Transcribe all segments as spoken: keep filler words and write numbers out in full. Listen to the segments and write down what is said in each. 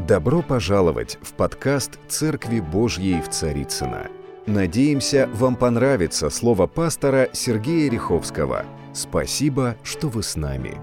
Добро пожаловать в подкаст «Церкви Божьей в Царицыно». Надеемся, вам понравится слово пастора Сергея Риховского. Спасибо, что вы с нами.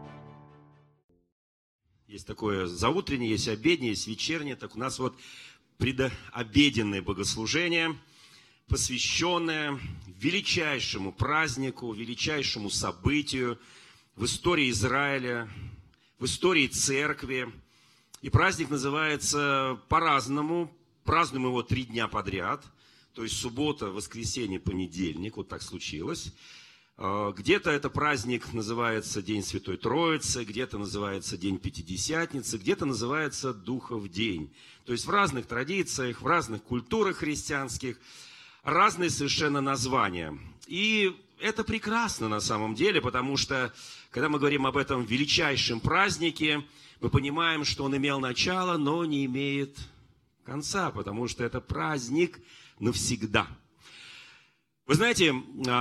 Есть такое заутреннее, есть обеднее, есть вечернее. Так у нас вот предобеденное богослужение, посвященное величайшему празднику, величайшему событию в истории Израиля, в истории церкви. И праздник называется по-разному. Празднуем его три дня подряд. То есть суббота, воскресенье, понедельник. Вот так случилось. Где-то это праздник называется День Святой Троицы, где-то называется День Пятидесятницы, где-то называется Духов день. То есть в разных традициях, в разных культурах христианских разные совершенно названия. И это прекрасно на самом деле, потому что, когда мы говорим об этом величайшем празднике, мы понимаем, что он имел начало, но не имеет конца, потому что это праздник навсегда. Вы знаете,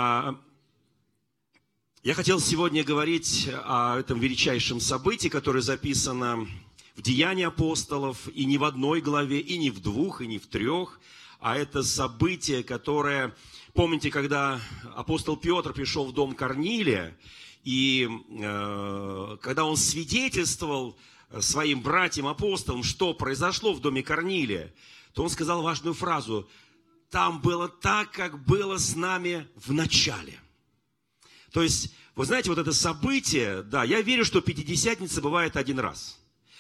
я хотел сегодня говорить о этом величайшем событии, которое записано в Деянии апостолов, и не в одной главе, и не в двух, и не в трех, а это событие, которое, помните, когда апостол Петр пришел в дом Корнилия, и э, когда он свидетельствовал своим братьям-апостолам, что произошло в доме Корнилия, то он сказал важную фразу: «Там было так, как было с нами в начале». То есть, вы знаете, вот это событие, да, я верю, что Пятидесятница бывает один раз.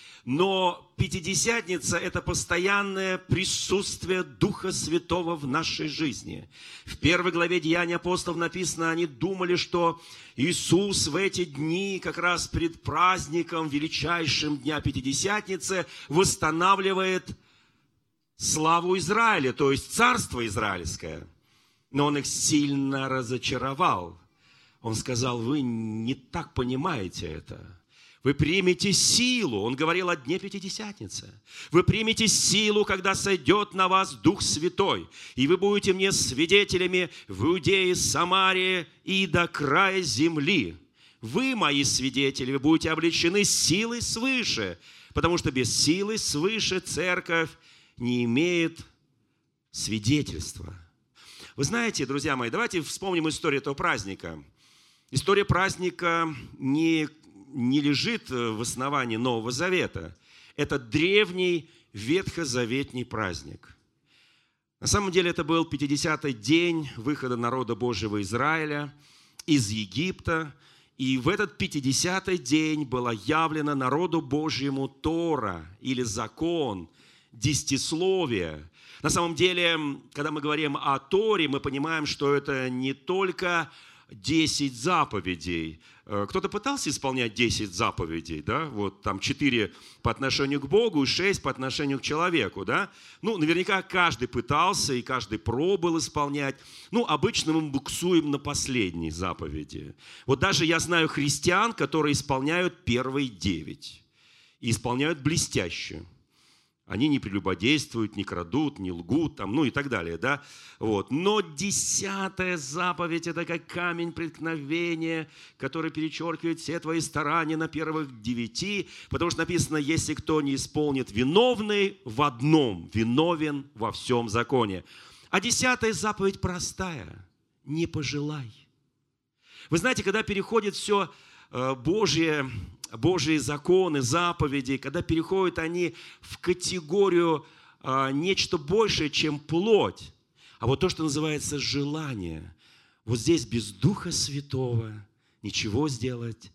Но Пятидесятница – это постоянное присутствие Духа Святого в нашей жизни. В первой главе Деяний апостолов написано, они думали, что Иисус в эти дни, как раз перед праздником, величайшим дня Пятидесятницы, восстанавливает славу Израиля, то есть царство израильское. Но Он их сильно разочаровал. Он сказал: вы не так понимаете это. Вы примете силу. Он говорил о дне Пятидесятницы. Вы примете силу, когда сойдет на вас Дух Святой. И вы будете мне свидетелями в Иудее, Самарии и до края земли. Вы мои свидетели, вы будете облечены силой свыше. Потому что без силы свыше церковь не имеет свидетельства. Вы знаете, друзья мои, давайте вспомним историю этого праздника. История праздника не, не лежит в основании Нового Завета. Это древний ветхозаветний праздник. На самом деле это был пятидесятый день выхода народа Божьего Израиля из Египта. И в этот пятидесятый день была явлена народу Божьему Тора или закон, десятисловие. На самом деле, когда мы говорим о Торе, мы понимаем, что это не только десять заповедей. Кто-то пытался исполнять десять заповедей, да? Вот там четыре по отношению к Богу и шесть по отношению к человеку, да? Ну, наверняка каждый пытался и каждый пробовал исполнять. Ну, обычно мы буксуем на последней заповеди. Вот даже я знаю христиан, которые исполняют первые девять. И исполняют блестяще. Они не прелюбодействуют, не крадут, не лгут, там, ну и так далее. Да? Вот. Но десятая заповедь – это как камень преткновения, который перечеркивает все твои старания на первых девяти, потому что написано: если кто не исполнит виновный в одном, виновен во всем законе. А десятая заповедь простая – не пожелай. Вы знаете, когда переходит все Божье, Божьи законы, заповеди, когда переходят они в категорию а, нечто большее, чем плоть, а вот то, что называется желание, вот здесь без Духа Святого ничего сделать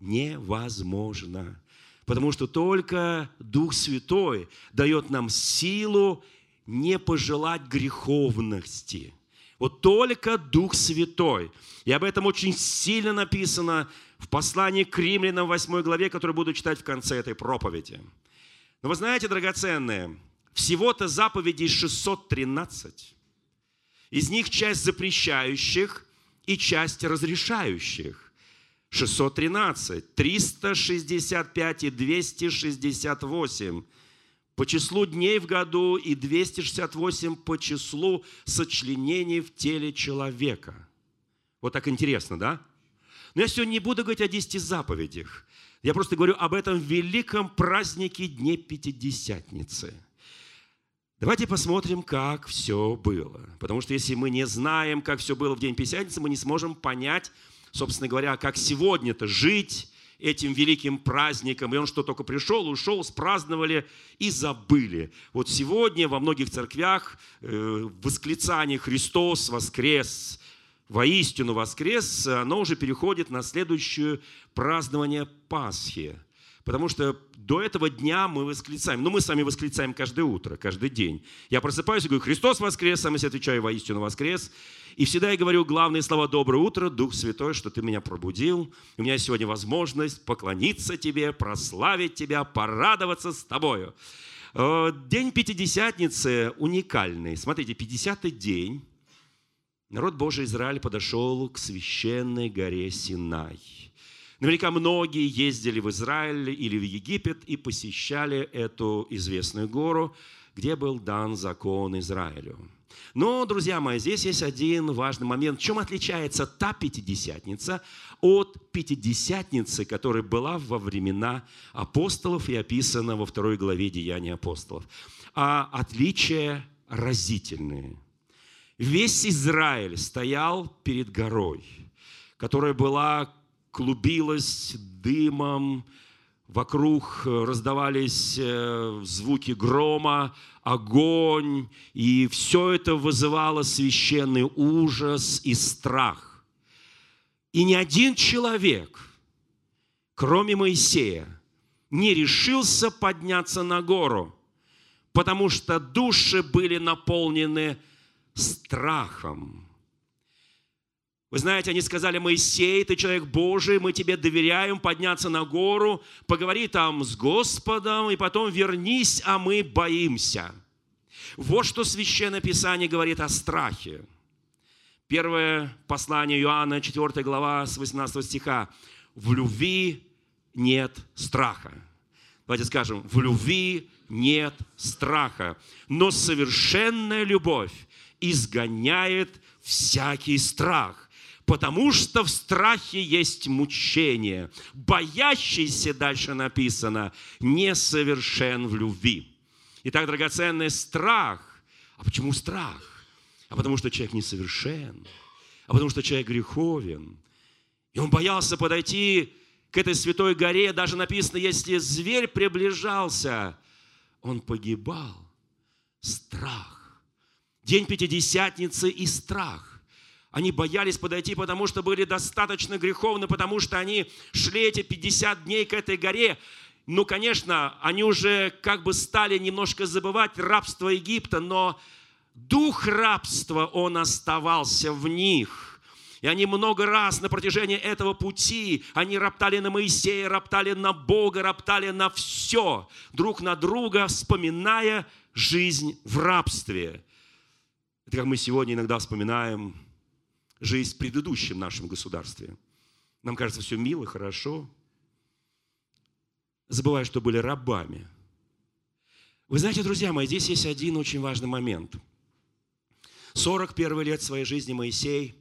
невозможно. Потому что только Дух Святой дает нам силу не пожелать греховности. Вот только Дух Святой. И об этом очень сильно написано в послании к Римлянам, восьмой главе, которую буду читать в конце этой проповеди. Но вы знаете, драгоценные, всего-то заповедей шестьсот тринадцать. Из них часть запрещающих и часть разрешающих. шестьсот тринадцать, триста шестьдесят пять и двести шестьдесят восемь. По числу дней в году и двести шестьдесят восемь по числу сочленений в теле человека. Вот так интересно, да? Но я сегодня не буду говорить о десяти заповедях. Я просто говорю об этом великом празднике Дне Пятидесятницы. Давайте посмотрим, как все было. Потому что если мы не знаем, как все было в День Пятидесятницы, мы не сможем понять, собственно говоря, как сегодня-то жить этим великим праздником. И он что, только пришел, ушел, спраздновали и забыли. Вот сегодня во многих церквях э, восклицание «Христос воскрес», «Воистину воскрес», оно уже переходит на следующее празднование Пасхи. Потому что до этого дня мы восклицаем. Ну, мы с вами восклицаем каждое утро, каждый день. Я просыпаюсь и говорю: «Христос воскрес», сам я отвечаю: «Воистину воскрес». И всегда я говорю главные слова: «Доброе утро, Дух Святой, что Ты меня пробудил. У меня сегодня возможность поклониться Тебе, прославить Тебя, порадоваться с Тобою». День Пятидесятницы уникальный. Смотрите, пятидесятый день народ Божий Израиль подошел к священной горе Синай. Наверняка многие ездили в Израиль или в Египет и посещали эту известную гору, где был дан закон Израилю. Но, друзья мои, здесь есть один важный момент. В чем отличается та Пятидесятница от Пятидесятницы, которая была во времена апостолов и описана во второй главе Деяний апостолов? А отличия разительные. Весь Израиль стоял перед горой, которая была, клубилась дымом, вокруг раздавались звуки грома, огонь, и все это вызывало священный ужас и страх. И ни один человек, кроме Моисея, не решился подняться на гору, потому что души были наполнены страхом. Вы знаете, они сказали: «Моисей, ты человек Божий, мы тебе доверяем подняться на гору, поговори там с Господом, и потом вернись, а мы боимся». Вот что Священное Писание говорит о страхе. Первое послание Иоанна, четвёртая глава, с восемнадцатого стиха. «В любви нет страха». Давайте скажем: в любви нет страха, но совершенная любовь изгоняет всякий страх, потому что в страхе есть мучение. Боящийся, дальше написано, несовершен в любви. Итак, драгоценный, страх. А почему страх? А потому что человек несовершен, а потому что человек греховен. И он боялся подойти к этой святой горе. Даже написано, если зверь приближался, он погибал. Страх. День Пятидесятницы и страх. Они боялись подойти, потому что были достаточно греховны, потому что они шли эти пятьдесят дней к этой горе. Ну, конечно, они уже как бы стали немножко забывать рабство Египта, но дух рабства, он оставался в них. И они много раз на протяжении этого пути, они роптали на Моисея, роптали на Бога, роптали на все, друг на друга, вспоминая жизнь в рабстве. Это как мы сегодня иногда вспоминаем жизнь в предыдущем нашем государстве. Нам кажется, все мило, хорошо. Забывая, что были рабами. Вы знаете, друзья мои, здесь есть один очень важный момент. сорок первых лет своей жизни Моисей,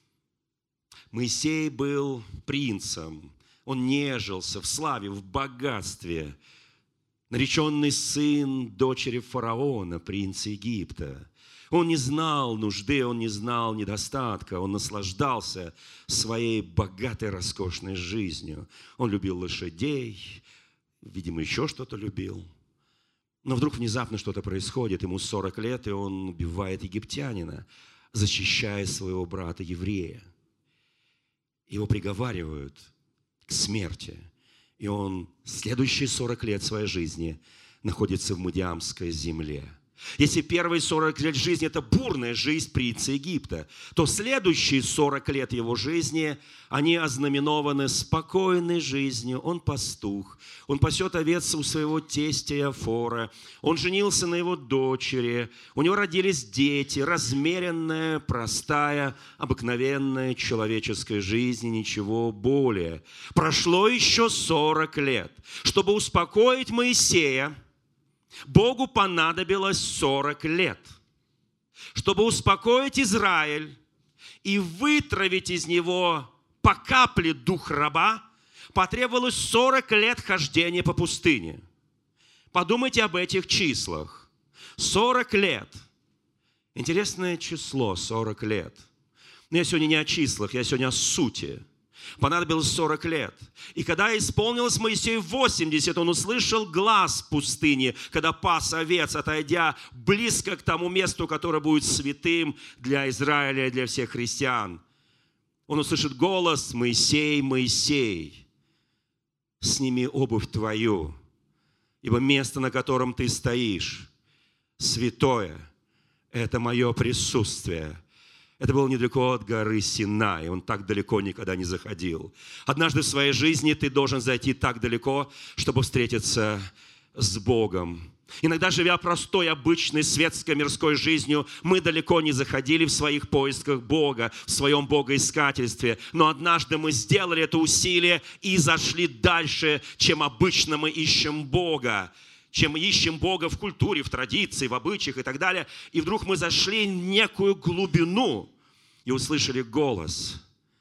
Моисей был принцем. Он нежился в славе, в богатстве. Нареченный сын дочери фараона, принца Египта. Он не знал нужды, он не знал недостатка, он наслаждался своей богатой, роскошной жизнью. Он любил лошадей, видимо, еще что-то любил. Но вдруг внезапно что-то происходит, ему сорок лет, и он убивает египтянина, защищая своего брата еврея. Его приговаривают к смерти, и он следующие сорок лет своей жизни находится в Мидиамской земле. Если первые сорок лет жизни – это бурная жизнь принца Египта, то следующие сорок лет его жизни, они ознаменованы спокойной жизнью. Он пастух, он пасет овец у своего тестя Иофора, он женился на его дочери, у него родились дети, размеренная, простая, обыкновенная человеческая жизнь, ничего более. Прошло еще сорок лет, чтобы успокоить Моисея. Богу понадобилось сорок лет, чтобы успокоить Израиль и вытравить из него по капле дух раба, потребовалось сорок лет хождения по пустыне. Подумайте об этих числах. сорок лет. Интересное число, сорок лет. Но я сегодня не о числах, я сегодня о сути. Понадобилось сорок лет. И когда исполнилось Моисею восемьдесят, он услышал глас в пустыне, когда пас овец, отойдя близко к тому месту, которое будет святым для Израиля и для всех христиан. Он услышит голос: «Моисей, Моисей, сними обувь твою, ибо место, на котором ты стоишь, святое, это мое присутствие». Это было недалеко от горы Синай. Он так далеко никогда не заходил. Однажды в своей жизни ты должен зайти так далеко, чтобы встретиться с Богом. Иногда, живя простой, обычной, светской, мирской жизнью, мы далеко не заходили в своих поисках Бога, в своем богоискательстве. Но однажды мы сделали это усилие и зашли дальше, чем обычно мы ищем Бога. Чем мы ищем Бога в культуре, в традиции, в обычаях и так далее. И вдруг мы зашли в некую глубину и услышали голос.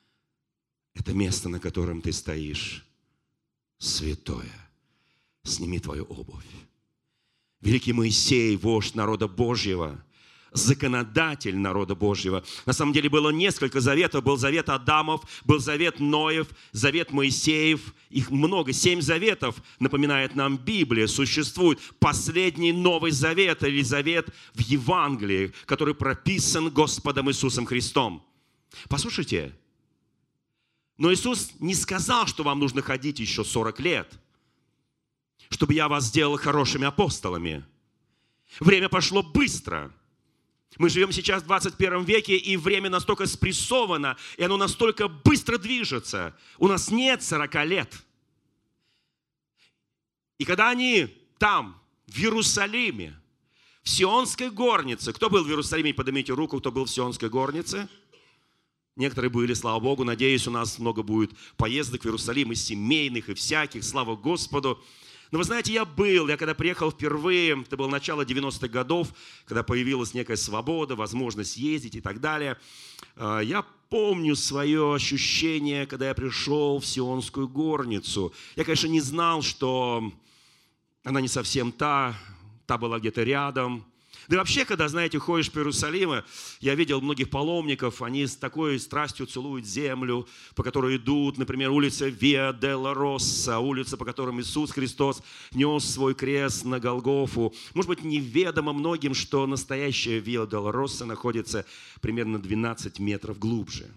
Это место, на котором ты стоишь, святое. Сними твою обувь. Великий Моисей, вождь народа Божьего, законодатель народа Божьего. На самом деле было несколько заветов. Был завет Адамов, был завет Ноев, завет Моисеев. Их много, семь заветов, напоминает нам Библия, существует. Последний Новый Завет или завет в Евангелии, который прописан Господом Иисусом Христом. Послушайте, но Иисус не сказал, что вам нужно ходить еще сорок лет, чтобы я вас сделал хорошими апостолами. Время пошло быстро. Мы живем сейчас в двадцать первом веке, и время настолько спрессовано, и оно настолько быстро движется. У нас нет сорока лет. И когда они там, в Иерусалиме, в Сионской горнице, кто был в Иерусалиме, поднимите руку, кто был в Сионской горнице? Некоторые были, слава Богу. Надеюсь, у нас много будет поездок в Иерусалим, и семейных, и всяких, слава Господу. Но вы знаете, я был, я когда приехал впервые, это было начало девяностых годов, когда появилась некая свобода, возможность ездить и так далее. Я помню свое ощущение, когда я пришел в Сионскую горницу. Я, конечно, не знал, что она не совсем та, та была где-то рядом. Да и вообще, когда, знаете, ходишь по Иерусалиму, я видел многих паломников, они с такой страстью целуют землю, по которой идут, например, улица Виа делла Росса, улица, по которой Иисус Христос нес свой крест на Голгофу. Может быть, неведомо многим, что настоящая Виа делла Росса находится примерно двенадцать метров глубже.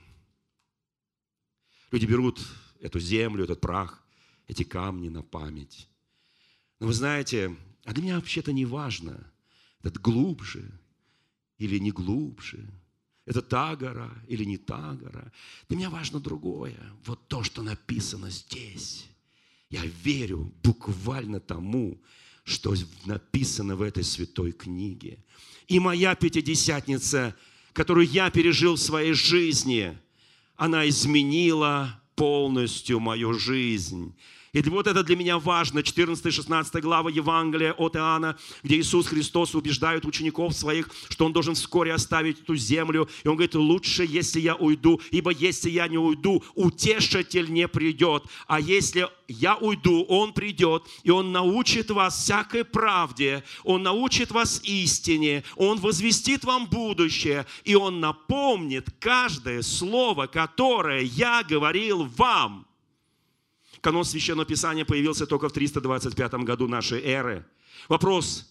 Люди берут эту землю, этот прах, эти камни на память. Но вы знаете, а для меня вообще-то не важно, это глубже или не глубже, это та гора или не та гора. Для меня важно другое. Вот то, что написано здесь. Я верю буквально тому, что написано в этой святой книге. И моя Пятидесятница, которую я пережил в своей жизни, она изменила полностью мою жизнь. И вот это для меня важно. четырнадцатая-шестнадцатая глава Евангелия от Иоанна, где Иисус Христос убеждает учеников своих, что Он должен вскоре оставить эту землю. И Он говорит: лучше, если я уйду, ибо если я не уйду, утешитель не придет. А если я уйду, Он придет, и Он научит вас всякой правде, Он научит вас истине, Он возвестит вам будущее, и Он напомнит каждое слово, которое я говорил вам. Канон Священного Писания появился только в триста двадцать пятом году нашей эры. Вопрос.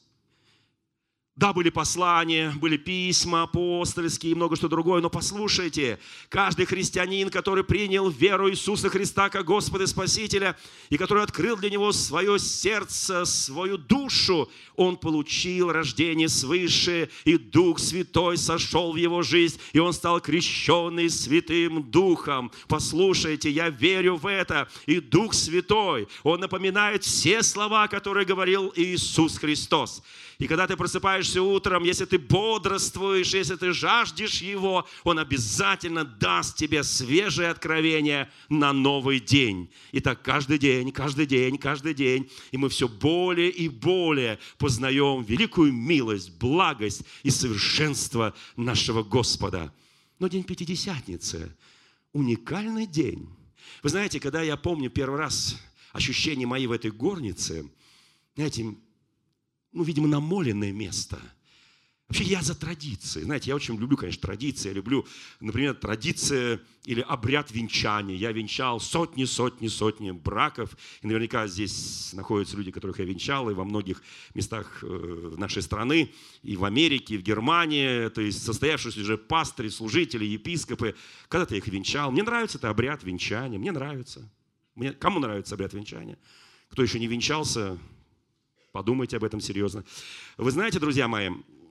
Да, были послания, были письма апостольские и много что другое, но послушайте, каждый христианин, который принял веру Иисуса Христа как Господа и Спасителя, и который открыл для Него свое сердце, свою душу, он получил рождение свыше, и Дух Святой сошел в его жизнь, и он стал крещенный Святым Духом. Послушайте, я верю в это, и Дух Святой, Он напоминает все слова, которые говорил Иисус Христос. И когда ты просыпаешься утром, если ты бодрствуешь, если ты жаждешь Его, Он обязательно даст тебе свежее откровение на новый день. И так каждый день, каждый день, каждый день. И мы все более и более познаем великую милость, благость и совершенство нашего Господа. Но день Пятидесятницы – уникальный день. Вы знаете, когда я помню первый раз ощущения мои в этой горнице, знаете, ну, видимо, намоленное место. Вообще я за традиции. Знаете, я очень люблю, конечно, традиции. Я люблю, например, традиция или обряд венчания. Я венчал сотни, сотни, сотни браков. И наверняка здесь находятся люди, которых я венчал, и во многих местах нашей страны, и в Америке, и в Германии. То есть состоявшиеся уже пастыри, служители, епископы. Когда-то я их венчал. Мне нравится это обряд венчания. Мне нравится. Мне... Кому нравится обряд венчания? Кто еще не венчался, подумайте об этом серьезно. Вы знаете, друзья мои,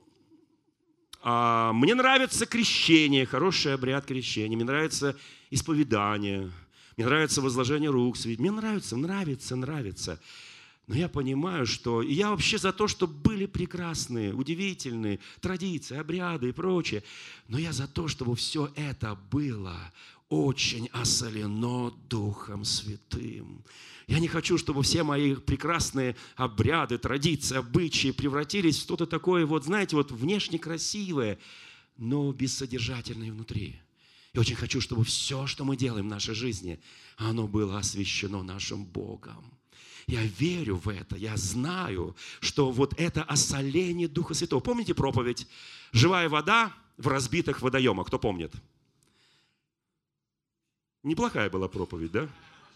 мне нравится крещение, хороший обряд крещения. Мне нравится исповедание. Мне нравится возложение рук. Мне нравится, нравится, нравится. Но я понимаю, что... И я вообще за то, чтобы были прекрасные, удивительные традиции, обряды и прочее. Но я за то, чтобы все это было очень осолено Духом Святым. Я не хочу, чтобы все мои прекрасные обряды, традиции, обычаи превратились в что-то такое, вот, знаете, вот внешне красивое, но бессодержательное внутри. Я очень хочу, чтобы все, что мы делаем в нашей жизни, оно было освящено нашим Богом. Я верю в это, я знаю, что вот это осоление Духа Святого. Помните проповедь «Живая вода в разбитых водоемах»? Кто помнит? Неплохая была проповедь, да?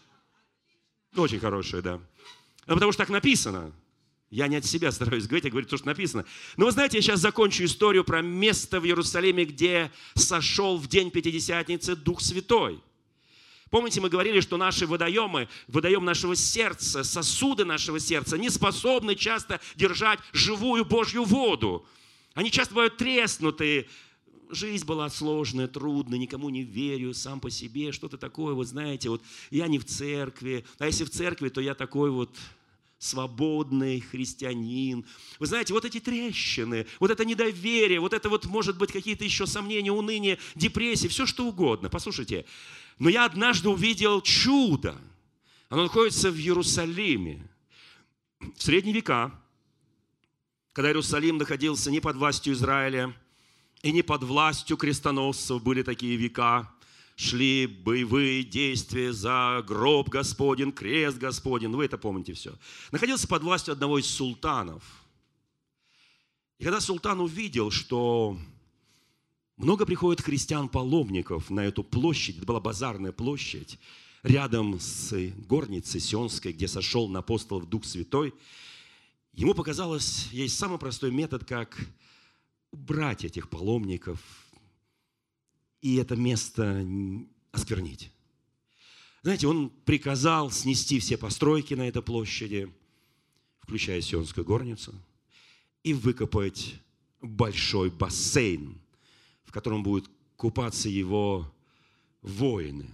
Очень хорошая, да. Ну, потому что так написано. Я не от себя стараюсь говорить, я говорю то, что написано. Но вы знаете, я сейчас закончу историю про место в Иерусалиме, где сошел в день Пятидесятницы Дух Святой. Помните, мы говорили, что наши водоемы, водоем нашего сердца, сосуды нашего сердца не способны часто держать живую Божью воду. Они часто бывают треснутые. Жизнь была сложная, трудная, никому не верю, сам по себе, что-то такое, вот знаете, вот я не в церкви, а если в церкви, то я такой вот свободный христианин. Вы знаете, вот эти трещины, вот это недоверие, вот это вот, может быть, какие-то еще сомнения, уныние, депрессии, все что угодно. Послушайте, но я однажды увидел чудо. Оно находится в Иерусалиме. В средние века, когда Иерусалим находился не под властью Израиля, и не под властью крестоносцев, были такие века, шли боевые действия за гроб Господень, крест Господень, вы это помните все. Находился под властью одного из султанов. И когда султан увидел, что много приходит христиан-паломников на эту площадь, это была базарная площадь, рядом с горницей Сионской, где сошел на апостолов Дух Святой, ему показалось, есть самый простой метод, как убрать этих паломников и это место осквернить. Знаете, он приказал снести все постройки на этой площади, включая Сионскую горницу, и выкопать большой бассейн, в котором будут купаться его воины.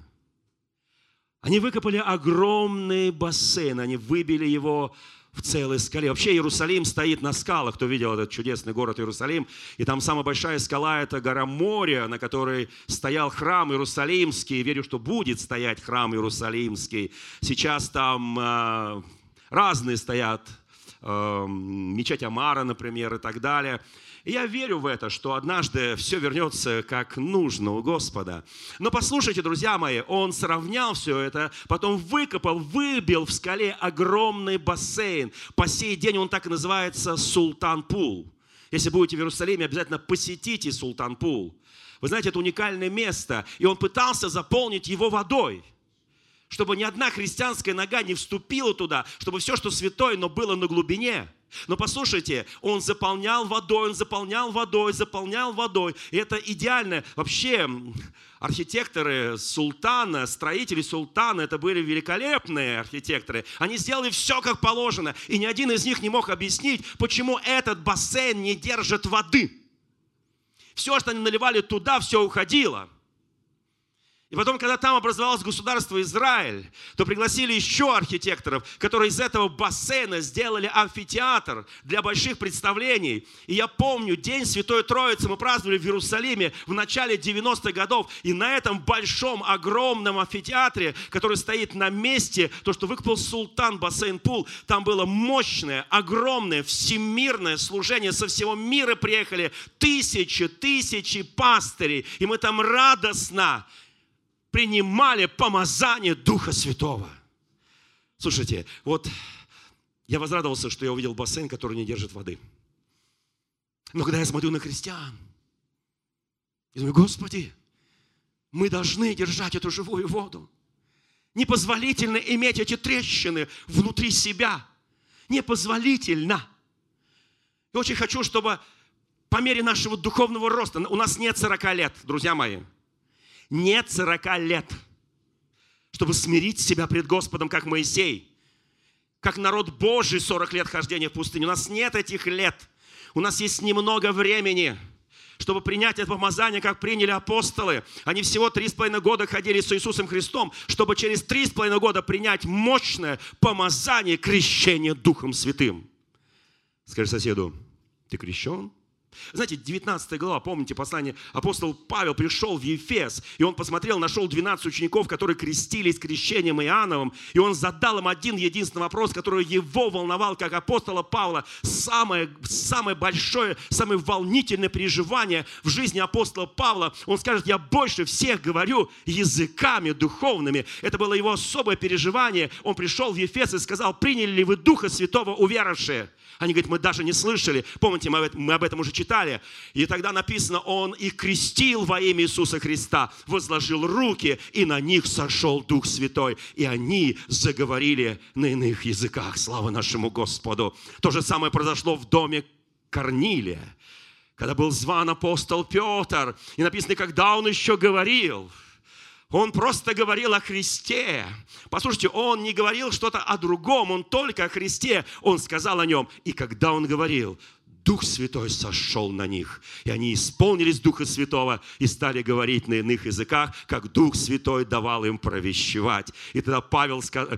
Они выкопали огромный бассейн, они выбили его в целой скале. Вообще Иерусалим стоит на скалах. Кто видел этот чудесный город Иерусалим? И там самая большая скала – это гора Мория, на которой стоял храм Иерусалимский. Верю, что будет стоять храм Иерусалимский. Сейчас там э, разные стоят. Э, мечеть Амара, например, и так далее. И я верю в это, что однажды все вернется как нужно у Господа. Но послушайте, друзья мои, он сравнял все это, потом выкопал, выбил в скале огромный бассейн. По сей день он так и называется Султан-Пул. Если будете в Иерусалиме, обязательно посетите Султан-Пул. Вы знаете, это уникальное место, и он пытался заполнить его водой, чтобы ни одна христианская нога не вступила туда, чтобы все, что святое, но было на глубине. Но послушайте, он заполнял водой, он заполнял водой, заполнял водой. И это идеально. Вообще, архитекторы султана, строители султана, это были великолепные архитекторы. Они сделали все как положено. И ни один из них не мог объяснить, почему этот бассейн не держит воды. Все, что они наливали туда, все уходило. И потом, когда там образовалось государство Израиль, то пригласили еще архитекторов, которые из этого бассейна сделали амфитеатр для больших представлений. И я помню, День Святой Троицы мы праздновали в Иерусалиме в начале девяностых годов. И на этом большом, огромном амфитеатре, который стоит на месте, то, что выкопал султан бассейн-пул, там было мощное, огромное, всемирное служение. Со всего мира приехали тысячи, тысячи пастырей. И мы там радостно принимали помазание Духа Святого. Слушайте, вот я возрадовался, что я увидел бассейн, который не держит воды. Но когда я смотрю на христиан, я думаю, Господи, мы должны держать эту живую воду. Непозволительно иметь эти трещины внутри себя. Непозволительно. И очень хочу, чтобы по мере нашего духовного роста, у нас нет сорока лет, друзья мои. Нет сорока лет, чтобы смирить себя пред Господом, как Моисей. Как народ Божий сорок лет хождения в пустыне. У нас нет этих лет. У нас есть немного времени, чтобы принять это помазание, как приняли апостолы. Они всего три с половиной года ходили с Иисусом Христом, чтобы через три с половиной года принять мощное помазание крещения Духом Святым. Скажи соседу, ты крещен? Знаете, девятнадцатая глава, помните, послание, апостол Павел пришел в Ефес, и он посмотрел, нашел двенадцать учеников, которые крестились крещением Иоанновым, и он задал им один единственный вопрос, который его волновал, как апостола Павла. Самое, самое большое, самое волнительное переживание в жизни апостола Павла. Он скажет, я больше всех говорю языками духовными. Это было его особое переживание. Он пришел в Ефес и сказал, приняли ли вы Духа Святого, уверовавшие? Они говорят, мы даже не слышали. Помните, мы об этом уже читали. И тогда написано, он и крестил во имя Иисуса Христа, возложил руки, и на них сошел Дух Святой. И они заговорили на иных языках. Слава нашему Господу. То же самое произошло в доме Корнилия, когда был зван апостол Петр. И написано, когда он еще говорил, он просто говорил о Христе. Послушайте, он не говорил что-то о другом, он только о Христе. Он сказал о нем. И когда он говорил, Дух Святой сошел на них. И они исполнились Духа Святого и стали говорить на иных языках, как Дух Святой давал им провещевать. И тогда Павел,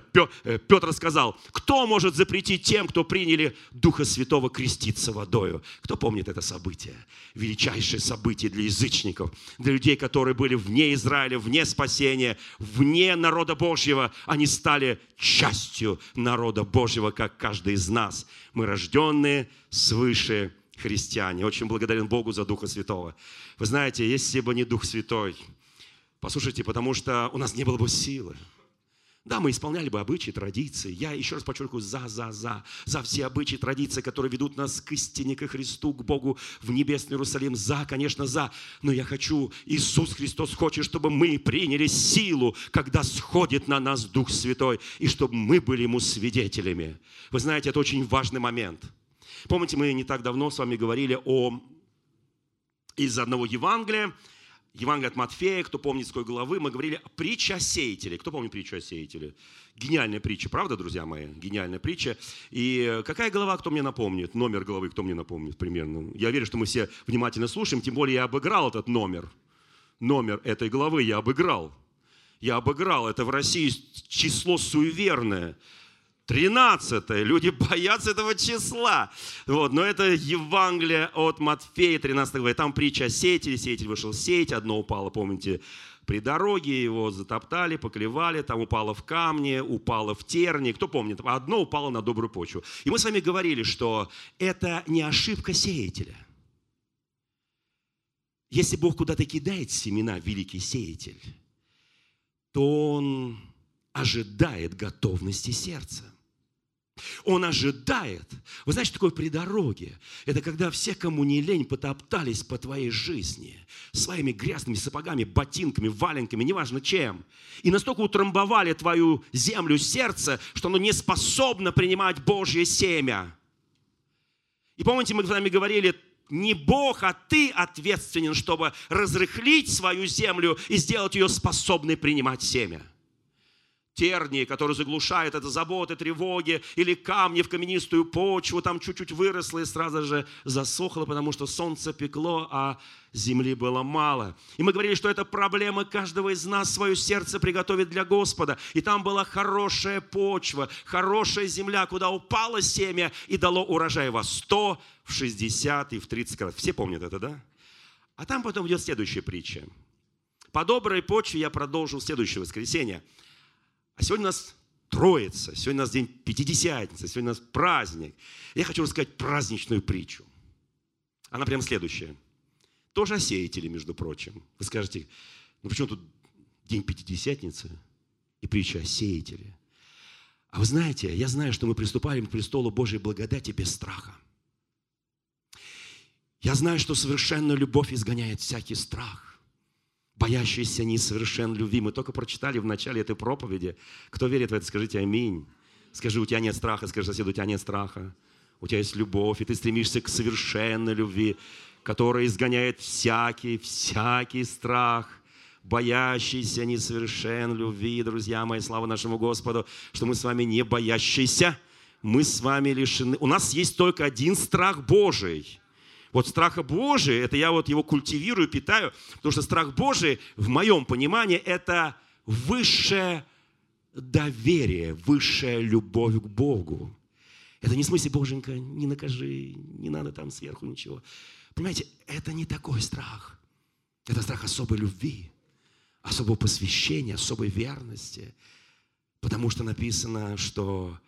Петр сказал, кто может запретить тем, кто приняли Духа Святого, креститься водою? Кто помнит это событие? Величайшее событие для язычников, для людей, которые были вне Израиля, вне спасения, вне народа Божьего. Они стали частью народа Божьего, как каждый из нас. Мы рожденные свыше христиане. Очень благодарен Богу за Духа Святого. Вы знаете, если бы не Дух Святой, послушайте, потому что у нас не было бы силы. Да, мы исполняли бы обычаи, традиции. Я еще раз подчеркиваю, за, за, за, за все обычаи, традиции, которые ведут нас к истине, к Христу, к Богу, в небесный Иерусалим. За, конечно, за. Но я хочу, Иисус Христос хочет, чтобы мы приняли силу, когда сходит на нас Дух Святой, и чтобы мы были Ему свидетелями. Вы знаете, это очень важный момент. Помните, мы не так давно с вами говорили о, из одного Евангелия, Евангелие от Матфея, кто помнит с какой главы, мы говорили о притче о сеятеле. Кто помнит притчу о сеятеле? Гениальная притча, правда, друзья мои? Гениальная притча. И какая глава, кто мне напомнит? Номер главы, кто мне напомнит примерно? Я верю, что мы все внимательно слушаем, тем более я обыграл этот номер. Номер этой главы я обыграл. Я обыграл. Это в России число суеверное. тринадцатое. Люди боятся этого числа. Вот. Но это Евангелие от Матфея, тринадцатая глава. Там притча о сеятеле. Сеятель вышел сеять. Одно упало, помните, при дороге. Его затоптали, поклевали. Там упало в камни, упало в терни. Кто помнит? Одно упало на добрую почву. И мы с вами говорили, что это не ошибка сеятеля. Если Бог куда-то кидает семена, великий сеятель, то Он ожидает готовности сердца. Он ожидает. Вы знаете, что такое при дороге? Это когда все, кому не лень, потоптались по твоей жизни своими грязными сапогами, ботинками, валенками, неважно чем. И настолько утрамбовали твою землю, сердце, что оно не способно принимать Божье семя. И помните, мы с вами говорили, не Бог, а ты ответственен, чтобы разрыхлить свою землю и сделать ее способной принимать семя. Тернии, которые заглушают это заботы, тревоги, или камни в каменистую почву, там чуть-чуть выросло и сразу же засохло, потому что солнце пекло, а земли было мало. И мы говорили, что это проблема каждого из нас, свое сердце приготовить для Господа. И там была хорошая почва, хорошая земля, куда упало семя и дало урожай во сто, в шестьдесят и в тридцать раз. Все помнят это, да? А там потом идет следующая притча. По доброй почве я продолжу в следующее воскресенье. А сегодня у нас Троица, сегодня у нас день Пятидесятницы, сегодня у нас праздник. Я хочу рассказать праздничную притчу. Она прям следующая. Тоже о сеятеле, между прочим. Вы скажете, ну почему тут день Пятидесятницы и притча о сеятеле. А вы знаете, я знаю, что мы приступаем к престолу Божьей благодати без страха. Я знаю, что совершенная любовь изгоняет всякий страх. Боящийся несовершен любви. Мы только прочитали в начале этой проповеди. Кто верит в это, скажите аминь. Скажи, у тебя нет страха. Скажи соседу, у тебя нет страха. У тебя есть любовь, и ты стремишься к совершенной любви, которая изгоняет всякий, всякий страх. Боящийся несовершен любви. Друзья мои, слава нашему Господу, что мы с вами не боящиеся. Мы с вами лишены. У нас есть только один страх Божий. Вот страха Божия, это я вот его культивирую, питаю, потому что страх Божий, в моем понимании, это высшее доверие, высшая любовь к Богу. Это не в смысле, Боженька, не накажи, не надо там сверху ничего. Понимаете, это не такой страх. Это страх особой любви, особого посвящения, особой верности. Потому что написано, что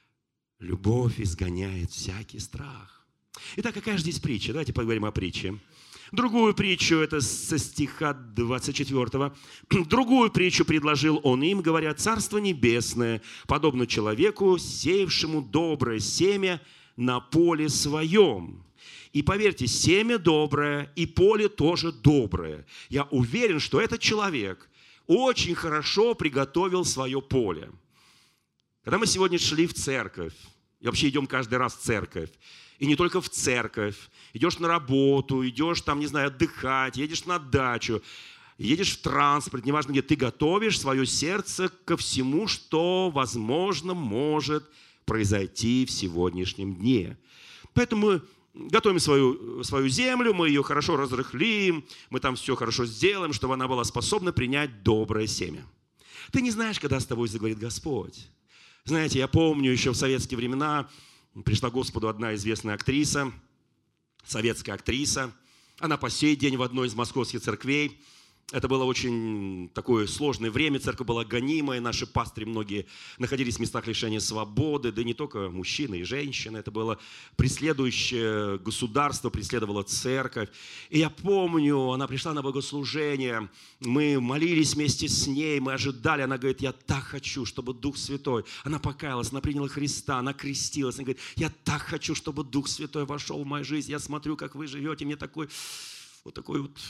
любовь изгоняет всякий страх. Итак, какая же здесь притча? Давайте поговорим о притче. Другую притчу, это со стиха двадцать четвёртого. Другую притчу предложил он им, говоря: «Царство небесное подобно человеку, сеявшему доброе семя на поле своем». И поверьте, семя доброе, и поле тоже доброе. Я уверен, что этот человек очень хорошо приготовил свое поле. Когда мы сегодня шли в церковь, и вообще идем каждый раз в церковь, и не только в церковь, идешь на работу, идешь там, не знаю, отдыхать, едешь на дачу, едешь в транспорт, неважно где, ты готовишь свое сердце ко всему, что, возможно, может произойти в сегодняшнем дне. Поэтому мы готовим свою, свою землю, мы ее хорошо разрыхлим, мы там все хорошо сделаем, чтобы она была способна принять доброе семя. Ты не знаешь, когда с тобой заговорит Господь. Знаете, я помню еще в советские времена, пришла к Господу одна известная актриса, советская актриса. Она по сей день в одной из московских церквей. Это было очень такое сложное время, церковь была гонимая, наши пастыри многие находились в местах лишения свободы, да и не только мужчины и женщины, это было преследующее государство, преследовала церковь. И я помню, она пришла на богослужение, мы молились вместе с ней, мы ожидали, она говорит: я так хочу, чтобы Дух Святой, она покаялась, она приняла Христа, она крестилась, она говорит: я так хочу, чтобы Дух Святой вошел в мою жизнь, я смотрю, как вы живете, мне такой, вот такой вот...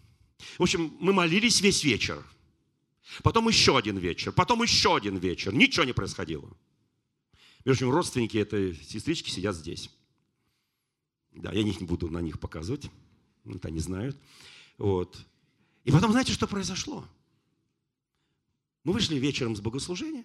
В общем, мы молились весь вечер. Потом еще один вечер. Потом еще один вечер. Ничего не происходило. Между прочим, родственники этой сестрички сидят здесь. Да, я не буду на них показывать. Это они знают. Вот. И потом, знаете, что произошло? Мы вышли вечером с богослужения,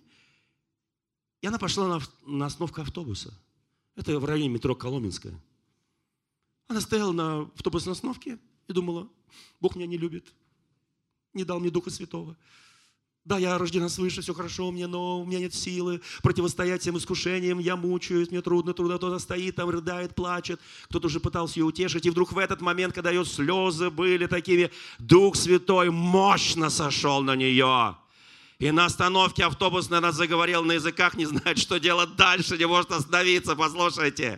и она пошла на, на остановку автобуса. Это в районе метро Коломенская. Она стояла на автобусной остановке и думала: Бог меня не любит, не дал мне Духа Святого. Да, я рождена свыше, все хорошо у меня, но у меня нет силы противостоять всем искушениям, я мучаюсь, мне трудно, трудно. Кто-то стоит там, рыдает, плачет, кто-то уже пытался ее утешить. И вдруг в этот момент, когда ее слезы были такими, Дух Святой мощно сошел на нее. И на остановке автобусной она заговорила на языках, не знает, что делать дальше, не может остановиться, послушайте.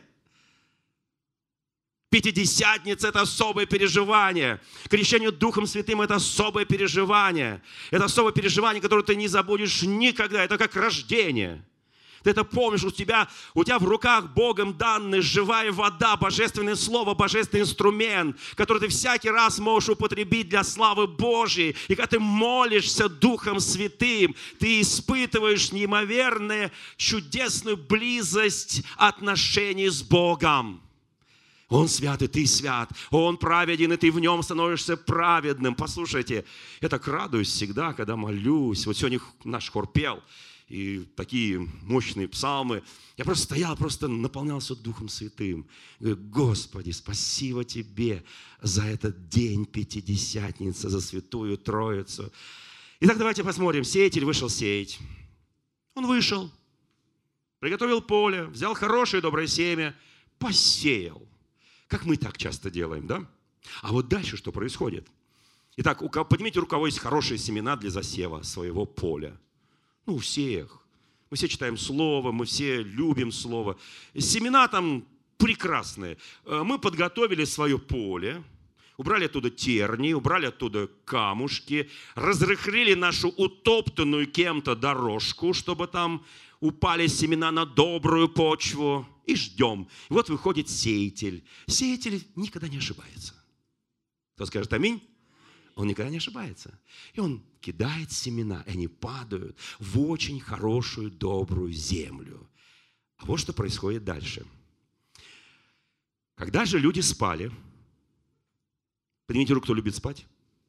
Пятидесятница – это особое переживание. Крещение Духом Святым – это особое переживание. Это особое переживание, которое ты не забудешь никогда. Это как рождение. Ты это помнишь, у тебя, у тебя в руках Богом данная живая вода, божественное слово, божественный инструмент, который ты всякий раз можешь употребить для славы Божьей. И когда ты молишься Духом Святым, ты испытываешь неимоверную, чудесную близость отношений с Богом. Он свят, и ты свят. Он праведен, и ты в нем становишься праведным. Послушайте, я так радуюсь всегда, когда молюсь. Вот сегодня наш хор пел, и такие мощные псалмы. Я просто стоял, просто наполнялся Духом Святым. Говорю: Господи, спасибо Тебе за этот день Пятидесятницы, за Святую Троицу. Итак, давайте посмотрим. Сеятель вышел сеять. Он вышел, приготовил поле, взял хорошее доброе семя, посеял. Как мы так часто делаем, да? А вот дальше что происходит? Итак, у кого, поднимите руку, у кого есть хорошие семена для засева своего поля. Ну, у всех. Мы все читаем Слово, мы все любим Слово. Семена там прекрасные. Мы подготовили свое поле, убрали оттуда терни, убрали оттуда камушки, разрыхлили нашу утоптанную кем-то дорожку, чтобы там упали семена на добрую почву, и ждем. И вот выходит сеятель. Сеятель никогда не ошибается. Кто скажет аминь? Он никогда не ошибается. И он кидает семена, и они падают в очень хорошую, добрую землю. А вот что происходит дальше. Когда же люди спали, поднимите руку, кто любит спать.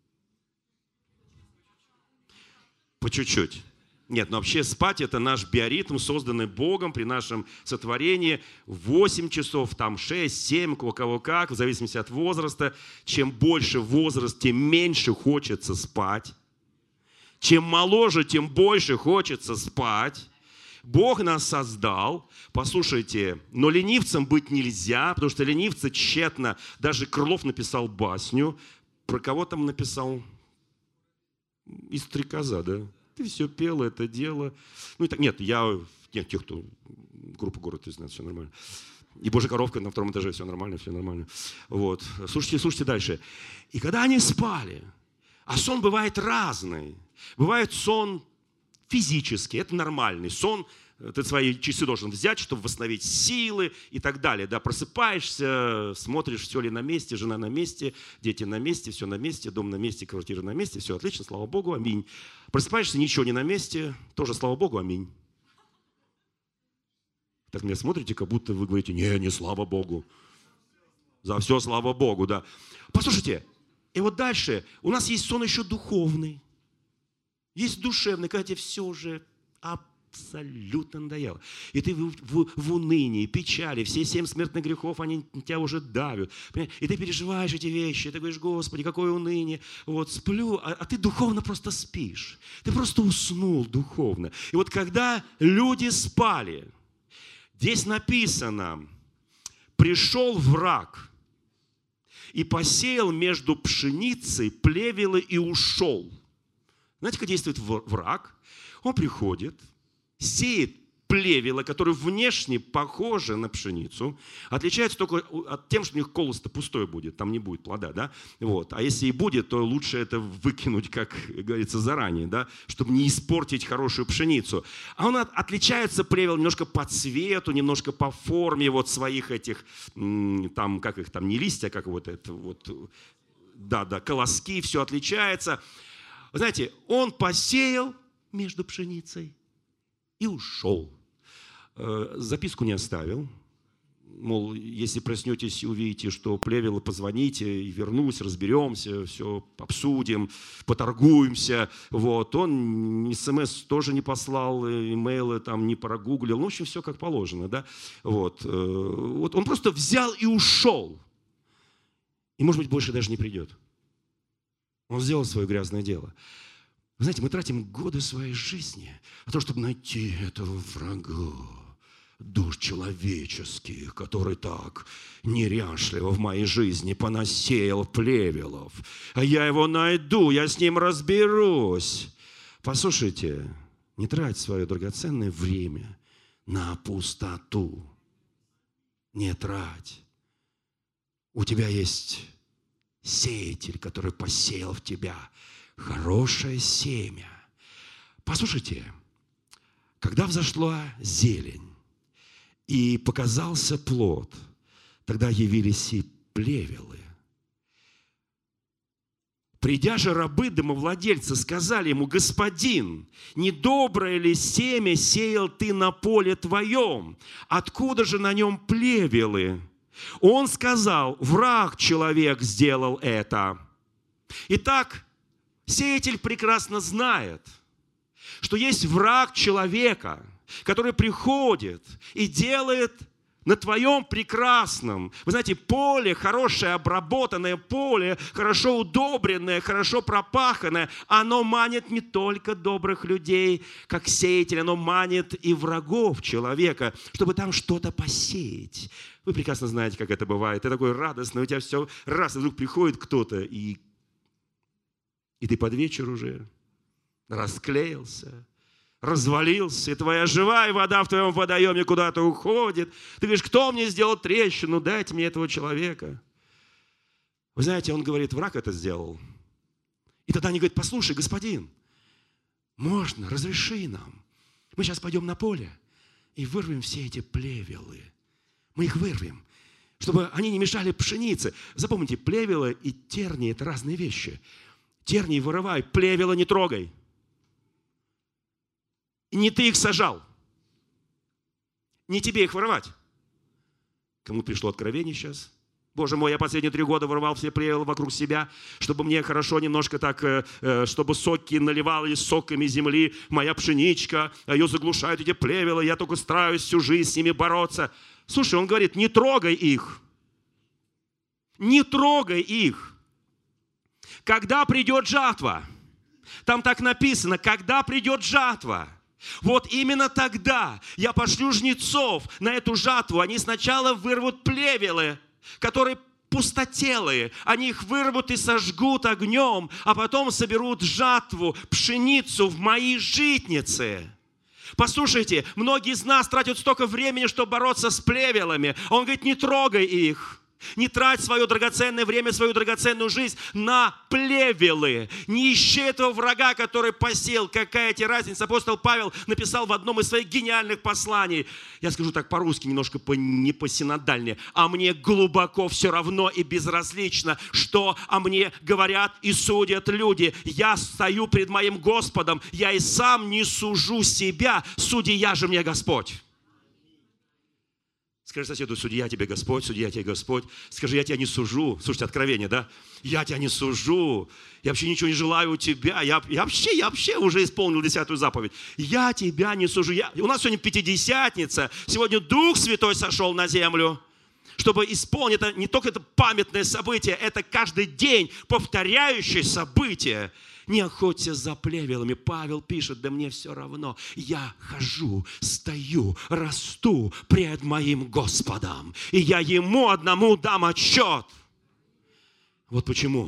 По чуть-чуть. Нет, но вообще спать – это наш биоритм, созданный Богом при нашем сотворении. восемь часов, там шесть, семь, у кого как, в зависимости от возраста. Чем больше возраст, тем меньше хочется спать. Чем моложе, тем больше хочется спать. Бог нас создал, послушайте, но ленивцам быть нельзя, потому что ленивцы тщетно, даже Крылов написал басню, про кого там написал? Из «Стрекоза», да? Ты все пел, это дело. Ну и так, нет, я, нет, тех, кто, группа «Город», ты знаешь, все нормально. И Божья коровка на втором этаже, все нормально, все нормально. Вот, слушайте, слушайте дальше. И когда они спали, а сон бывает разный. Бывает сон физический, это нормальный сон. Ты свои часы должен взять, чтобы восстановить силы и так далее. Да, просыпаешься, смотришь, все ли на месте, жена на месте, дети на месте, все на месте, дом на месте, квартира на месте, все отлично, слава Богу, аминь. Просыпаешься, ничего не на месте, тоже слава Богу, аминь. Так меня смотрите, как будто вы говорите, не, не слава Богу. За все слава Богу, да. Послушайте, и вот дальше, у нас есть сон еще духовный, есть душевный, когда тебе все уже абсолютно надоело. И ты в, в, в унынии, печали, все семь смертных грехов, они тебя уже давят. Понимаешь? И ты переживаешь эти вещи, ты говоришь, Господи, какое уныние. Вот сплю, а, а ты духовно просто спишь. Ты просто уснул духовно. И вот когда люди спали, здесь написано, пришел враг и посеял между пшеницей плевелы и ушел. Знаете, как действует враг? Он приходит, сеет плевела, которые внешне похожи на пшеницу, отличаются только от тем, что у них колос-то пустой будет, там не будет плода, да? Вот. А если и будет, то лучше это выкинуть, как говорится, заранее, да? Чтобы не испортить хорошую пшеницу. А он отличается, плевел, немножко по цвету, немножко по форме вот своих этих, там, как их там, не листья, как вот это вот, да-да, колоски, все отличается. Вы знаете, он посеял между пшеницей и ушел. Записку не оставил. Мол, если проснетесь и увидите, что плевело, позвоните, и вернусь, разберемся, все обсудим, поторгуемся. Вот. Он смс тоже не послал, имейлы там не прогуглил. Ну, в общем, все как положено. Да? Вот. Вот. Он просто взял и ушел. И, может быть, больше даже не придет. Он сделал свое грязное дело. Вы знаете, мы тратим годы своей жизни на то, чтобы найти этого врага, душ человеческих, который так неряшливо в моей жизни понасеял плевелов. А я его найду, я с ним разберусь. Послушайте, не трать свое драгоценное время на пустоту. Не трать. У тебя есть сеятель, который посеял в тебя хорошее семя. Послушайте, когда взошла зелень и показался плод, тогда явились и плевелы. Придя же рабы домовладельца, сказали ему: господин, недоброе ли семя сеял ты на поле твоем? Откуда же на нем плевелы? Он сказал: враг человек сделал это. Итак, сеятель прекрасно знает, что есть враг человека, который приходит и делает на твоем прекрасном, вы знаете, поле, хорошее обработанное поле, хорошо удобренное, хорошо пропаханное, оно манит не только добрых людей, как сеятель, оно манит и врагов человека, чтобы там что-то посеять. Вы прекрасно знаете, как это бывает. Ты такой радостный, у тебя все раз, и вдруг приходит кто-то, и, и ты под вечер уже расклеился, развалился, и твоя живая вода в твоем водоеме куда-то уходит. Ты говоришь: кто мне сделал трещину? Дайте мне этого человека. Вы знаете, он говорит, враг это сделал. И тогда они говорят, послушай, господин, можно, разреши нам. Мы сейчас пойдем на поле и вырвем все эти плевелы. Мы их вырвем, чтобы они не мешали пшенице. Запомните, плевелы и тернии – это разные вещи. Тернии вырывай, плевела не трогай. И не ты их сажал. Не тебе их вырывать. Кому пришло откровение сейчас? Боже мой, я последние три года вырывал все плевела вокруг себя, чтобы мне хорошо немножко так, чтобы соки наливались соками земли, моя пшеничка, ее заглушают эти плевела, я только стараюсь всю жизнь с ними бороться. Слушай, он говорит, не трогай их. Не трогай их. Когда придет жатва? Там так написано, когда придет жатва. Вот именно тогда я пошлю жнецов на эту жатву. Они сначала вырвут плевелы, которые пустотелые. Они их вырвут и сожгут огнем, а потом соберут жатву, пшеницу в мои житницы. Послушайте, многие из нас тратят столько времени, чтобы бороться с плевелами. Он говорит, не трогай их. Не трать свое драгоценное время, свою драгоценную жизнь на плевелы. Не ищи этого врага, который посеял. Какая тебе разница? Апостол Павел написал в одном из своих гениальных посланий. Я скажу так по-русски, немножко по, не по-синодальнее. А мне глубоко все равно и безразлично, что о мне говорят и судят люди. Я стою пред моим Господом. Я и сам не сужу себя. Судья же мне Господь. Скажи соседу, судья тебе Господь, судья тебе Господь. Скажи, я тебя не сужу. Слушайте, откровение, да? Я тебя не сужу. Я вообще ничего не желаю у тебя. Я, я, вообще, я вообще уже исполнил десятую заповедь. Я тебя не сужу. Я, у нас сегодня Пятидесятница. Сегодня Дух Святой сошел на землю, чтобы исполнить. Это не только это памятное событие, это каждый день повторяющее событие. Не охоться за плевелами. Павел пишет, да мне все равно. Я хожу, стою, расту пред моим Господом. И я ему одному дам отчет. Вот почему.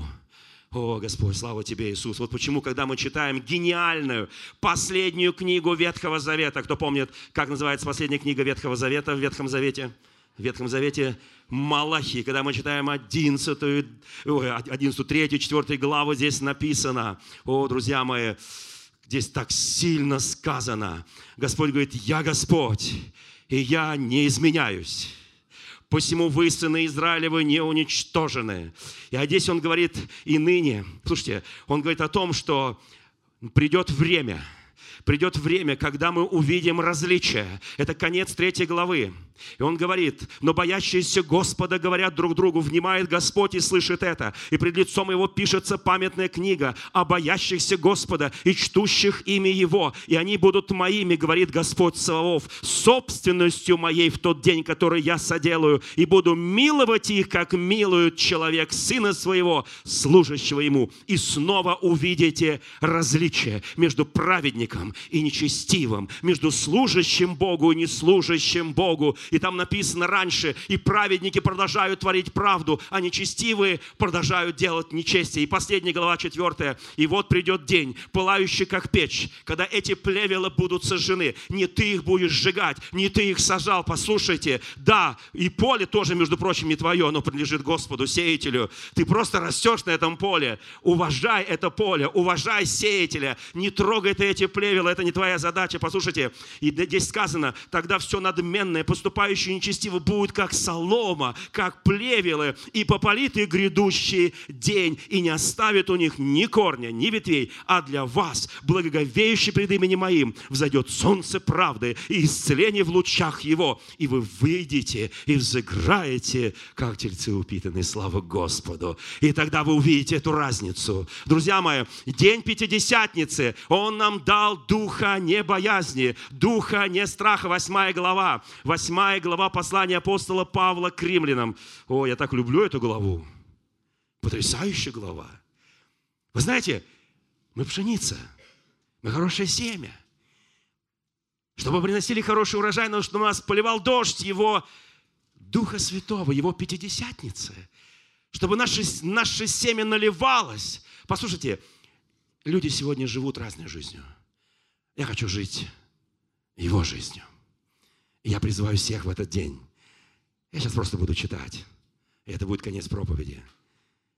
О, Господь, слава Тебе, Иисус. Вот почему, когда мы читаем гениальную последнюю книгу Ветхого Завета. Кто помнит, как называется последняя книга Ветхого Завета в Ветхом Завете? В Ветхом Завете Малахии, когда мы читаем одиннадцатую, одиннадцатую, третью, четвёртую главу, здесь написано, о, друзья мои, здесь так сильно сказано. Господь говорит, я Господь, и я не изменяюсь. Посему вы, сыны Израилевы, не уничтожены. И здесь он говорит, и ныне, слушайте, он говорит о том, что придет время, придет время, когда мы увидим различия. Это конец третьей главы. И он говорит, но боящиеся Господа говорят друг другу, внимает Господь и слышит это. И пред лицом Его пишется памятная книга о боящихся Господа и чтущих имя Его. И они будут моими, говорит Господь Саваоф, собственностью моей в тот день, который я соделаю. И буду миловать их, как милует человек сына своего, служащего ему. И снова увидите различие между праведником и нечестивым, между служащим Богу и неслужащим Богу. И там написано раньше, и праведники продолжают творить правду, а нечестивые продолжают делать нечестие. И последняя глава, четвертая. И вот придет день, пылающий как печь, когда эти плевела будут сожжены. Не ты их будешь сжигать, не ты их сажал. Послушайте, да, и поле тоже, между прочим, не твое, оно принадлежит Господу, сеятелю. Ты просто растешь на этом поле. Уважай это поле, уважай сеятеля. Не трогай ты эти плевела, это не твоя задача. Послушайте, и здесь сказано, тогда все надменное, поступающее нечестиво будет как солома, как плевелы, и попалит их грядущий день, и не оставит у них ни корня, ни ветвей, а для вас, благоговеющий пред именем моим, взойдет солнце правды и исцеление в лучах его, и вы выйдете и взыграете, как тельцы упитанные, слава Господу. И тогда вы увидите эту разницу. Друзья мои, день Пятидесятницы, Он нам дал духа не боязни, духа не страха. Восьмая глава, восьмая глава послания апостола Павла к римлянам. О, я так люблю эту главу. Потрясающая глава. Вы знаете, мы пшеница, мы хорошее семя. Чтобы приносили хороший урожай, но чтобы нас поливал дождь Его Духа Святого, Его Пятидесятницы. Чтобы наше, наше семя наливалось. Послушайте, люди сегодня живут разной жизнью. Я хочу жить Его жизнью. И я призываю всех в этот день. Я сейчас просто буду читать. И это будет конец проповеди.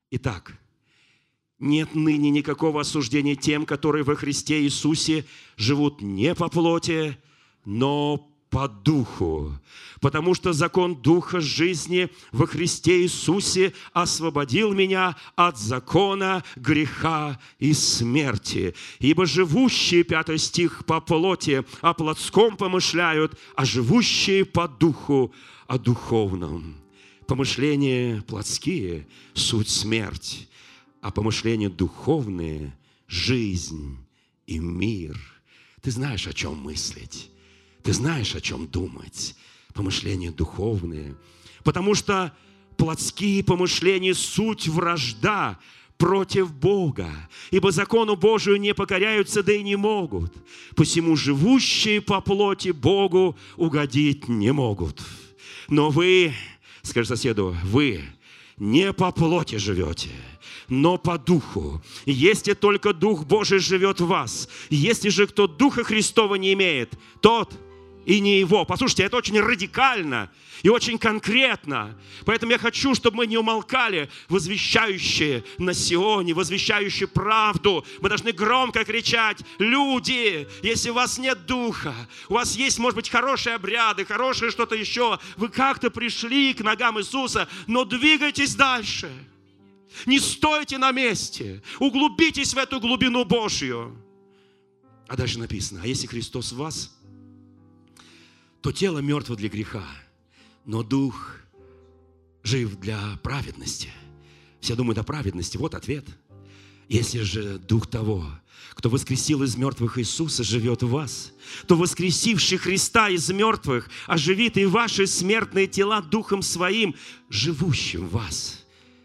Итак, нет ныне никакого осуждения тем, которые во Христе Иисусе живут не по плоти, но по духу. Потому что закон духа жизни во Христе Иисусе освободил меня от закона греха и смерти. Ибо живущие, пятый стих, по плоти о плотском помышляют, а живущие по духу о духовном. Помышления плотские – суть смерть, а помышления духовные – жизнь и мир. Ты знаешь, о чем мыслить. Ты знаешь, о чем думать. Помышления духовные. Потому что плотские помышления – суть вражда против Бога. Ибо закону Божию не покоряются, да и не могут. Посему живущие по плоти Богу угодить не могут. Но вы, скажи соседу, вы не по плоти живете, но по духу. Если только Дух Божий живет в вас. Если же кто Духа Христова не имеет, тот и не его. Послушайте, это очень радикально и очень конкретно. Поэтому я хочу, чтобы мы не умолкали, возвещающие на Сионе, возвещающие правду. Мы должны громко кричать: люди, если у вас нет Духа, у вас есть, может быть, хорошие обряды, хорошее что-то еще, вы как-то пришли к ногам Иисуса, но двигайтесь дальше. Не стойте на месте, углубитесь в эту глубину Божью. А дальше написано: а если Христос в вас, то тело мертво для греха, но дух жив для праведности. Все думают о праведности. Вот ответ. Если же дух того, кто воскресил из мертвых Иисуса, живет в вас, то воскресивший Христа из мертвых оживит и ваши смертные тела духом своим, живущим в вас.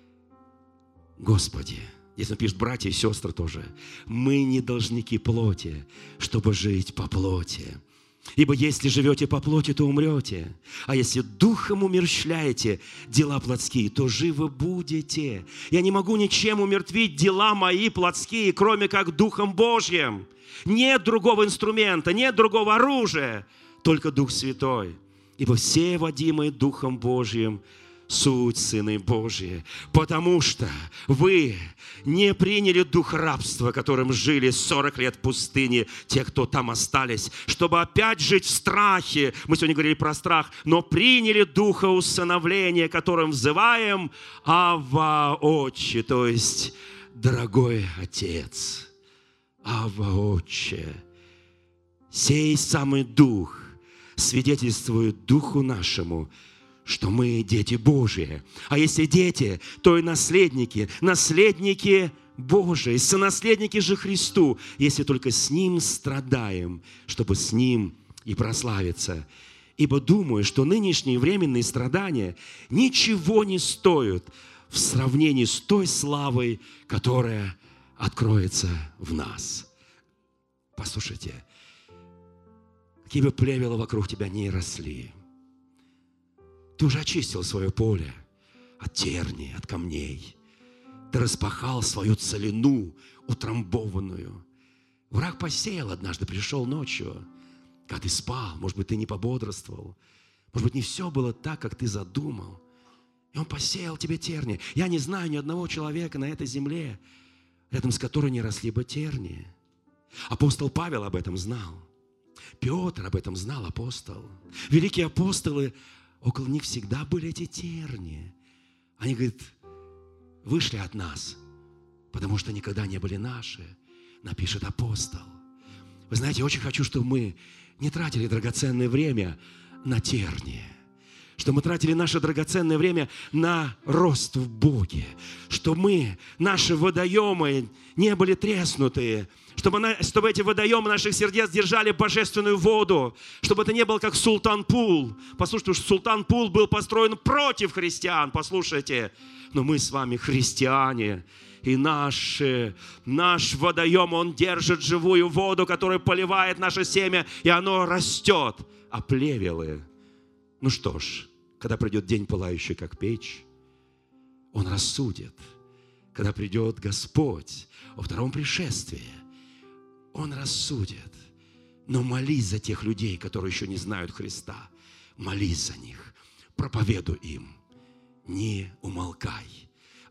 Господи, здесь он пишет: братья и сестры тоже, мы не должники плоти, чтобы жить по плоти. Ибо если живете по плоти, то умрете. А если духом умерщвляете дела плотские, то живы будете. Я не могу ничем умертвить дела мои плотские, кроме как Духом Божьим. Нет другого инструмента, нет другого оружия, только Дух Святой. Ибо все, водимые Духом Божьим, суть сыны Божьи, потому что вы не приняли дух рабства, которым жили сорок лет в пустыне, те, кто там остались, чтобы опять жить в страхе. Мы сегодня говорили про страх, но приняли духа усыновления, которым взываем Авва Отче, то есть дорогой Отец. Авва Отче. Сей самый дух свидетельствует духу нашему, что мы дети Божии. А если дети, то и наследники, наследники Божии, сонаследники же Христу, если только с Ним страдаем, чтобы с Ним и прославиться. Ибо думаю, что нынешние временные страдания ничего не стоят в сравнении с той славой, которая откроется в нас. Послушайте, какие бы плевела вокруг тебя ни росли, ты уже очистил свое поле от тернии, от камней. Ты распахал свою целину утрамбованную. Враг посеял однажды, пришел ночью, когда ты спал. Может быть, ты не пободрствовал. Может быть, не все было так, как ты задумал. И он посеял тебе тернии. Я не знаю ни одного человека на этой земле, рядом с которой не росли бы тернии. Апостол Павел об этом знал. Петр об этом знал, апостол. Великие апостолы, около них всегда были эти тернии. Они, говорят, вышли от нас, потому что никогда не были наши, напишет апостол. Вы знаете, я очень хочу, чтобы мы не тратили драгоценное время на тернии, чтобы мы тратили наше драгоценное время на рост в Боге, чтобы мы, наши водоемы не были треснутые, чтобы, на, чтобы эти водоемы наших сердец держали божественную воду, чтобы это не было как Султан-Пул. Послушайте, что Султан-Пул был построен против христиан, послушайте. Но мы с вами христиане, и наш, наш водоем, он держит живую воду, которая поливает наше семя, и оно растет. А плевелы, ну что ж, когда придет день, пылающий, как печь, Он рассудит. Когда придет Господь во втором пришествии, Он рассудит. Но молись за тех людей, которые еще не знают Христа. Молись за них. Проповедуй им. Не умолкай.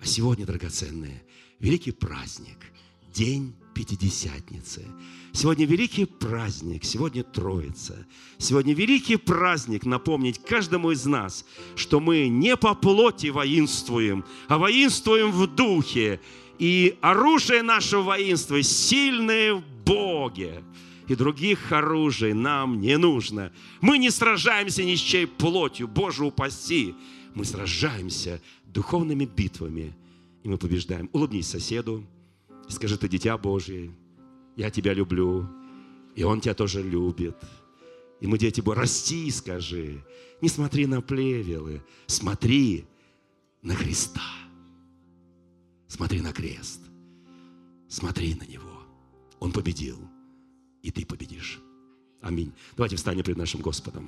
А сегодня, драгоценные, великий праздник, День Пятидесятницы. Сегодня великий праздник, сегодня Троица. Сегодня великий праздник напомнить каждому из нас, что мы не по плоти воинствуем, а воинствуем в духе. И оружие нашего воинства сильное в Боге. И других оружий нам не нужно. Мы не сражаемся ни с чьей плотью, Боже упаси. Мы сражаемся духовными битвами, и мы побеждаем. Улыбнись соседу, скажи: ты дитя Божье, я тебя люблю, и он тебя тоже любит. И мы дети Божьи. Расти, скажи. Не смотри на плевелы, смотри на Христа. Смотри на крест. Смотри на Него. Он победил, и ты победишь. Аминь. Давайте встанем перед нашим Господом.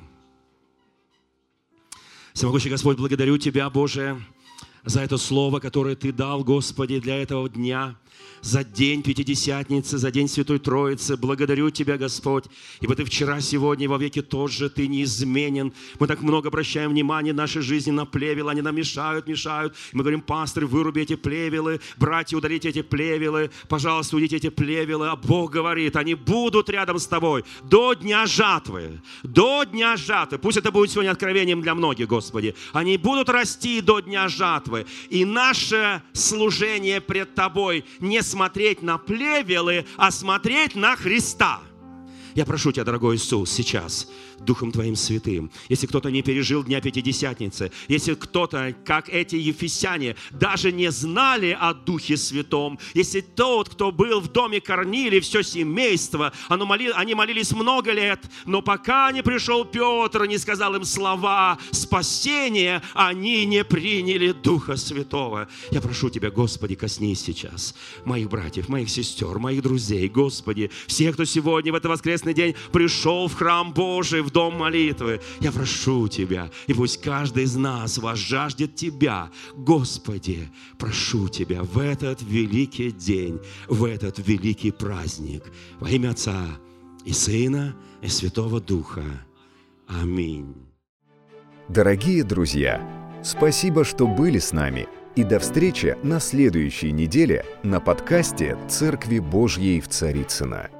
Всемогущий Господь, благодарю Тебя, Боже, за это слово, которое Ты дал, Господи, для этого дня, за день Пятидесятницы, за день Святой Троицы. Благодарю Тебя, Господь, ибо Ты вчера, сегодня и во веки тот же, Ты неизменен. Мы так много обращаем внимание в нашей жизни на плевелы, они нам мешают, мешают. Мы говорим: пастырь, выруби эти плевелы, братья, удалите эти плевелы, пожалуйста, уйдите эти плевелы. А Бог говорит: они будут рядом с тобой до дня жатвы, до дня жатвы. Пусть это будет сегодня откровением для многих, Господи. Они будут расти до дня жатвы. И наше служение пред Тобой не смотреть на плевелы, а смотреть на Христа. Я прошу Тебя, дорогой Иисус, сейчас Духом Твоим Святым, если кто-то не пережил Дня Пятидесятницы, если кто-то, как эти ефесяне, даже не знали о Духе Святом, если тот, кто был в доме Корнилия, все семейство, оно моли, они молились много лет, но пока не пришел Петр, не сказал им слова спасения, они не приняли Духа Святого. Я прошу Тебя, Господи, коснись сейчас моих братьев, моих сестер, моих друзей, Господи, всех, кто сегодня в этот воскресный день пришел в храм Божий, в дом молитвы. Я прошу Тебя, и пусть каждый из нас возжаждет Тебя. Господи, прошу Тебя в этот великий день, в этот великий праздник, во имя Отца и Сына и Святого Духа. Аминь. Дорогие друзья, спасибо, что были с нами. И до встречи на следующей неделе на подкасте «Церкви Божьей в Царицыно».